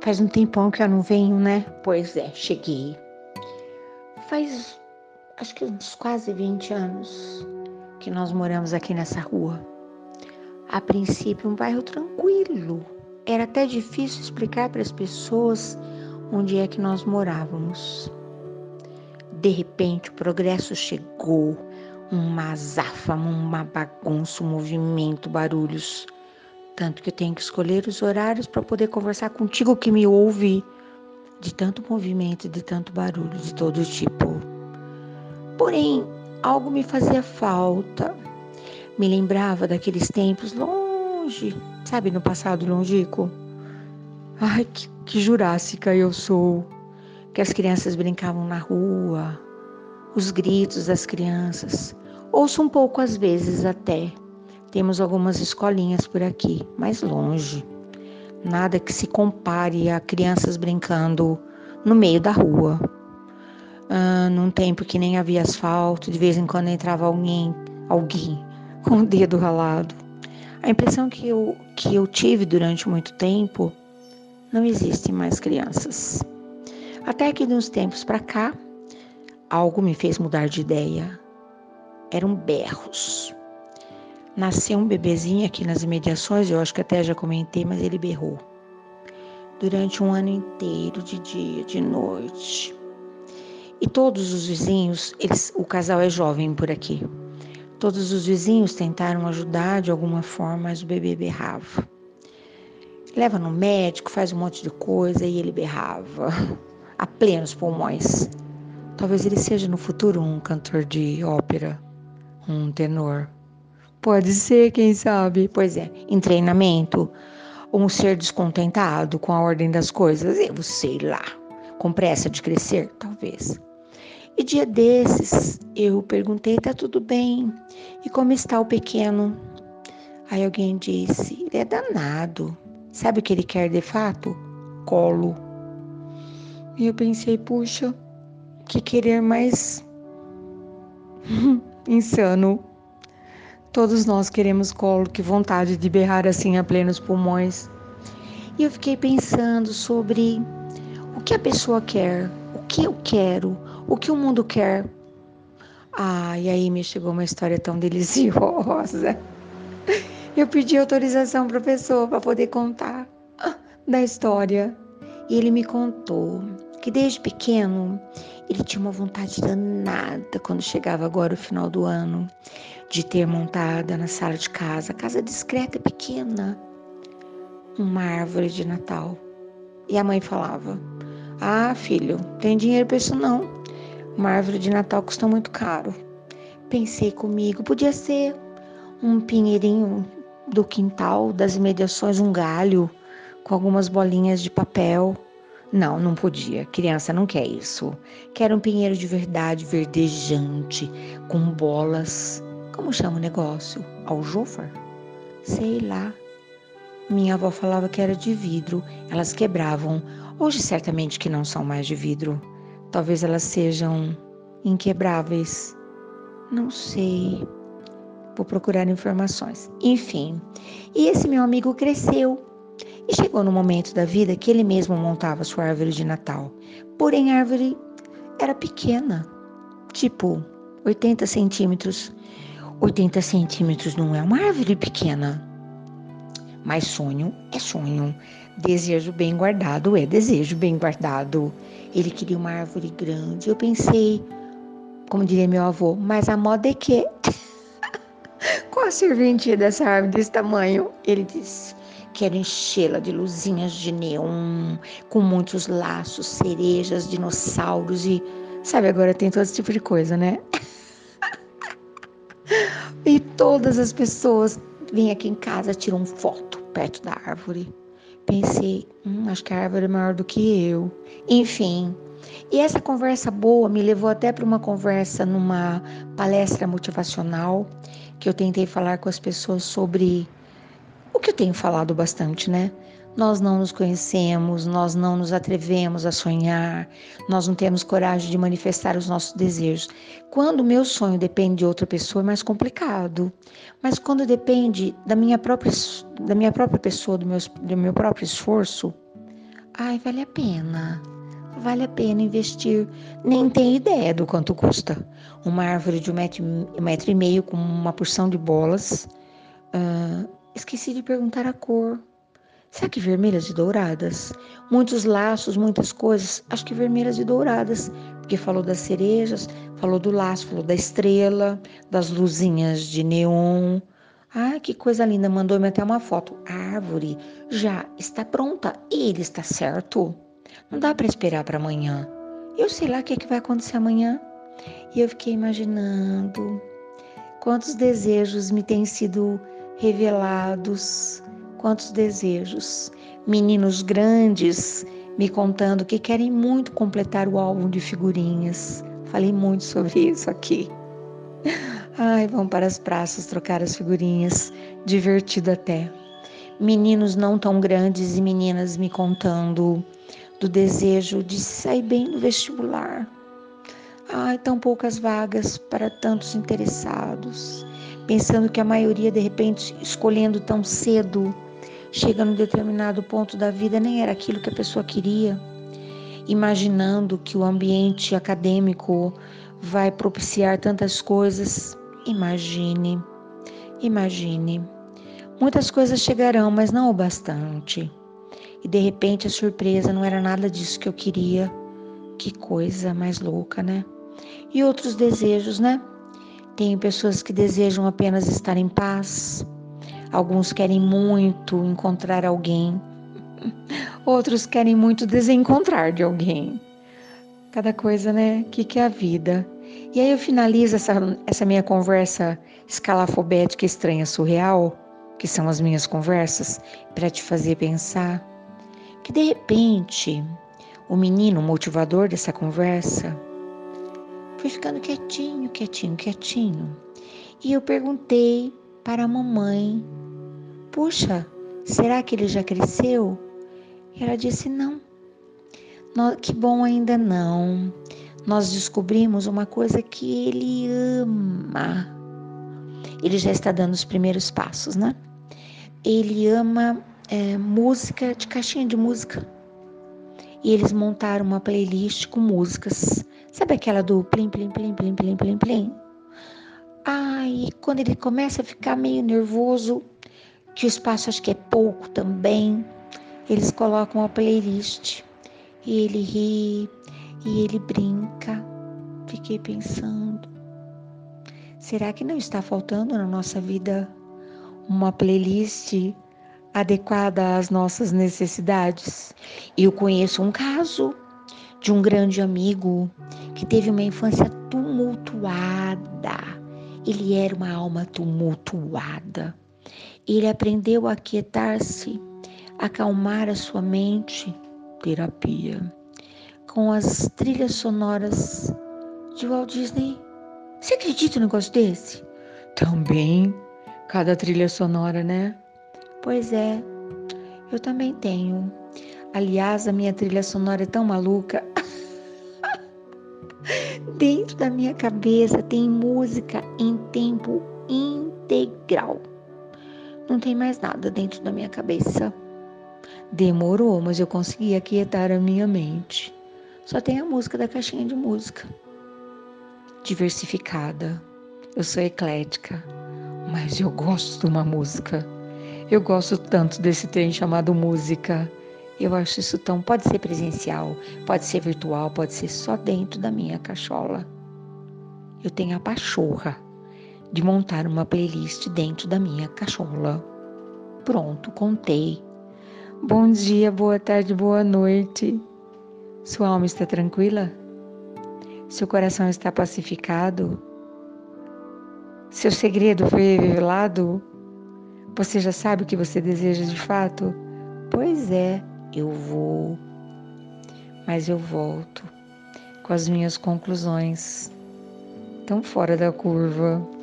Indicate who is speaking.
Speaker 1: Faz um tempão que eu não venho, né? Pois é, cheguei. Faz, acho que uns quase 20 anos que nós moramos aqui nessa rua. A princípio, um bairro tranquilo. Era até difícil explicar para as pessoas onde é que nós morávamos. De repente, o progresso chegou. Uma azáfama, uma bagunça, um movimento, barulhos. Tanto que eu tenho que escolher os horários para poder conversar contigo que me ouve. De tanto movimento, de tanto barulho, de todo tipo. Porém, algo me fazia falta. Me lembrava daqueles tempos longe, sabe, no passado longínquo. Ai, que jurássica eu sou. Que as crianças brincavam na rua, os gritos das crianças. Ouço um pouco às vezes até. Temos algumas escolinhas por aqui, mas longe. Nada que se compare a crianças brincando no meio da rua. Num tempo que nem havia asfalto, de vez em quando entrava alguém com o dedo ralado. A impressão que eu tive durante muito tempo, não existem mais crianças. Até que de uns tempos para cá, algo me fez mudar de ideia. Eram berros. Nasceu um bebezinho aqui nas imediações, eu acho que até já comentei, mas ele berrou. Durante um ano inteiro, de dia, de noite. E todos os vizinhos, o casal é jovem por aqui. Todos os vizinhos tentaram ajudar de alguma forma, mas o bebê berrava. Leva no médico, faz um monte de coisa e ele berrava a plenos pulmões. Talvez ele seja no futuro um cantor de ópera, um tenor. Pode ser, quem sabe? Pois é, em treinamento, um ser descontentado com a ordem das coisas, eu sei lá, com pressa de crescer, talvez. E dia desses, eu perguntei, tá tudo bem? E como está o pequeno? Aí alguém disse, ele é danado. Sabe o que ele quer de fato? Colo. E eu pensei, puxa, que querer mais insano. Todos nós queremos colo, que vontade de berrar assim a plenos pulmões. E eu fiquei pensando sobre o que a pessoa quer, o que eu quero, o que o mundo quer. E aí me chegou uma história tão deliciosa. Eu pedi autorização para a pessoa para poder contar da história. E ele me contou que desde pequeno ele tinha uma vontade danada quando chegava agora o final do ano de ter montada na sala de casa discreta e pequena, uma árvore de Natal. E a mãe falava, filho, tem dinheiro para isso não. Uma árvore de Natal custa muito caro. Pensei comigo, podia ser um pinheirinho do quintal, das imediações, um galho com algumas bolinhas de papel. Não podia. Criança não quer isso. Quer um pinheiro de verdade, verdejante, com bolas. Como chama o negócio? Aljôfar? Sei lá. Minha avó falava que era de vidro. Elas quebravam. Hoje certamente que não são mais de vidro. Talvez elas sejam inquebráveis. Não sei. Vou procurar informações. Enfim. E esse meu amigo cresceu. E chegou no momento da vida que ele mesmo montava sua árvore de Natal. Porém, a árvore era pequena, tipo 80 centímetros. 80 centímetros não é uma árvore pequena. Mas sonho é sonho. Desejo bem guardado é desejo bem guardado. Ele queria uma árvore grande. Eu pensei, como diria meu avô, mas a moda é que? Qual a serventia dessa árvore desse tamanho? Ele disse, quero enchê-la de luzinhas de neon, com muitos laços, cerejas, dinossauros e... Sabe, agora tem todo esse tipo de coisa, né? E todas as pessoas vêm aqui em casa, tiram foto perto da árvore. Pensei, acho que a árvore é maior do que eu. Enfim, e essa conversa boa me levou até para uma conversa numa palestra motivacional, que eu tentei falar com as pessoas sobre o que eu tenho falado bastante, né? Nós não nos conhecemos, nós não nos atrevemos a sonhar, nós não temos coragem de manifestar os nossos desejos. Quando o meu sonho depende de outra pessoa é mais complicado, mas quando depende da minha própria pessoa, do meu próprio esforço, Ai, vale a pena. Vale a pena investir. Nem tem ideia do quanto custa. Uma árvore de 1,5 m com uma porção de bolas. Esqueci de perguntar a cor. Será que vermelhas e douradas? Muitos laços, muitas coisas. Acho que vermelhas e douradas. Porque falou das cerejas, falou do laço, falou da estrela, das luzinhas de neon. Ah, que coisa linda. Mandou-me até uma foto. A árvore já está pronta. Ele está certo. Não dá para esperar para amanhã. Eu sei lá o que é que vai acontecer amanhã. E eu fiquei imaginando quantos desejos me têm sido revelados, quantos desejos. Meninos grandes me contando que querem muito completar o álbum de figurinhas. Falei muito sobre isso aqui. Ai, vão para as praças trocar as figurinhas, divertido até. Meninos não tão grandes e meninas me contando do desejo de sair bem do vestibular. Ai, tão poucas vagas para tantos interessados. Pensando que a maioria, de repente, escolhendo tão cedo, chega num determinado ponto da vida, nem era aquilo que a pessoa queria. Imaginando que o ambiente acadêmico vai propiciar tantas coisas. Imagine. Muitas coisas chegarão, mas não o bastante. E de repente a surpresa não era nada disso que eu queria. Que coisa mais louca, né? E outros desejos, né? Tem pessoas que desejam apenas estar em paz. Alguns querem muito encontrar alguém. Outros querem muito desencontrar de alguém. Cada coisa, né? Que é a vida. E aí eu finalizo essa minha conversa escalafobética, estranha, surreal, que são as minhas conversas, para te fazer pensar que de repente o menino motivador dessa conversa foi ficando quietinho. E eu perguntei para a mamãe: puxa, será que ele já cresceu? E ela disse: não, que bom, ainda não. Nós descobrimos uma coisa que ele ama. Ele já está dando os primeiros passos, né? Ele ama música, de caixinha de música. E eles montaram uma playlist com músicas. Sabe aquela do plim, plim, plim, plim, plim, plim, plim? Ai, quando ele começa a ficar meio nervoso, que o espaço acho que é pouco também, eles colocam a playlist. E ele ri, e ele brinca. Fiquei pensando, será que não está faltando na nossa vida uma playlist adequada às nossas necessidades? Eu conheço um caso de um grande amigo que teve uma infância tumultuada. Ele era uma alma tumultuada. Ele aprendeu a aquietar-se, acalmar a sua mente, terapia, com as trilhas sonoras de Walt Disney. Você acredita num negócio desse? Também, cada trilha sonora, né? Pois é, eu também tenho. Aliás, a minha trilha sonora é tão maluca. Dentro da minha cabeça tem música em tempo integral. Não tem mais nada dentro da minha cabeça. Demorou, mas eu consegui aquietar a minha mente. Só tem a música da caixinha de música. Diversificada. Eu sou eclética, mas eu gosto de uma música. Eu gosto tanto desse trem chamado música. Eu acho isso tão... Pode ser presencial, pode ser virtual, pode ser só dentro da minha cachola. Eu tenho a pachorra de montar uma playlist dentro da minha cachola. Pronto, contei. Bom dia, boa tarde, boa noite. Sua alma está tranquila? Seu coração está pacificado? Seu segredo foi revelado? Você já sabe o que você deseja de fato? Pois é, eu vou. Mas eu volto com as minhas conclusões tão fora da curva.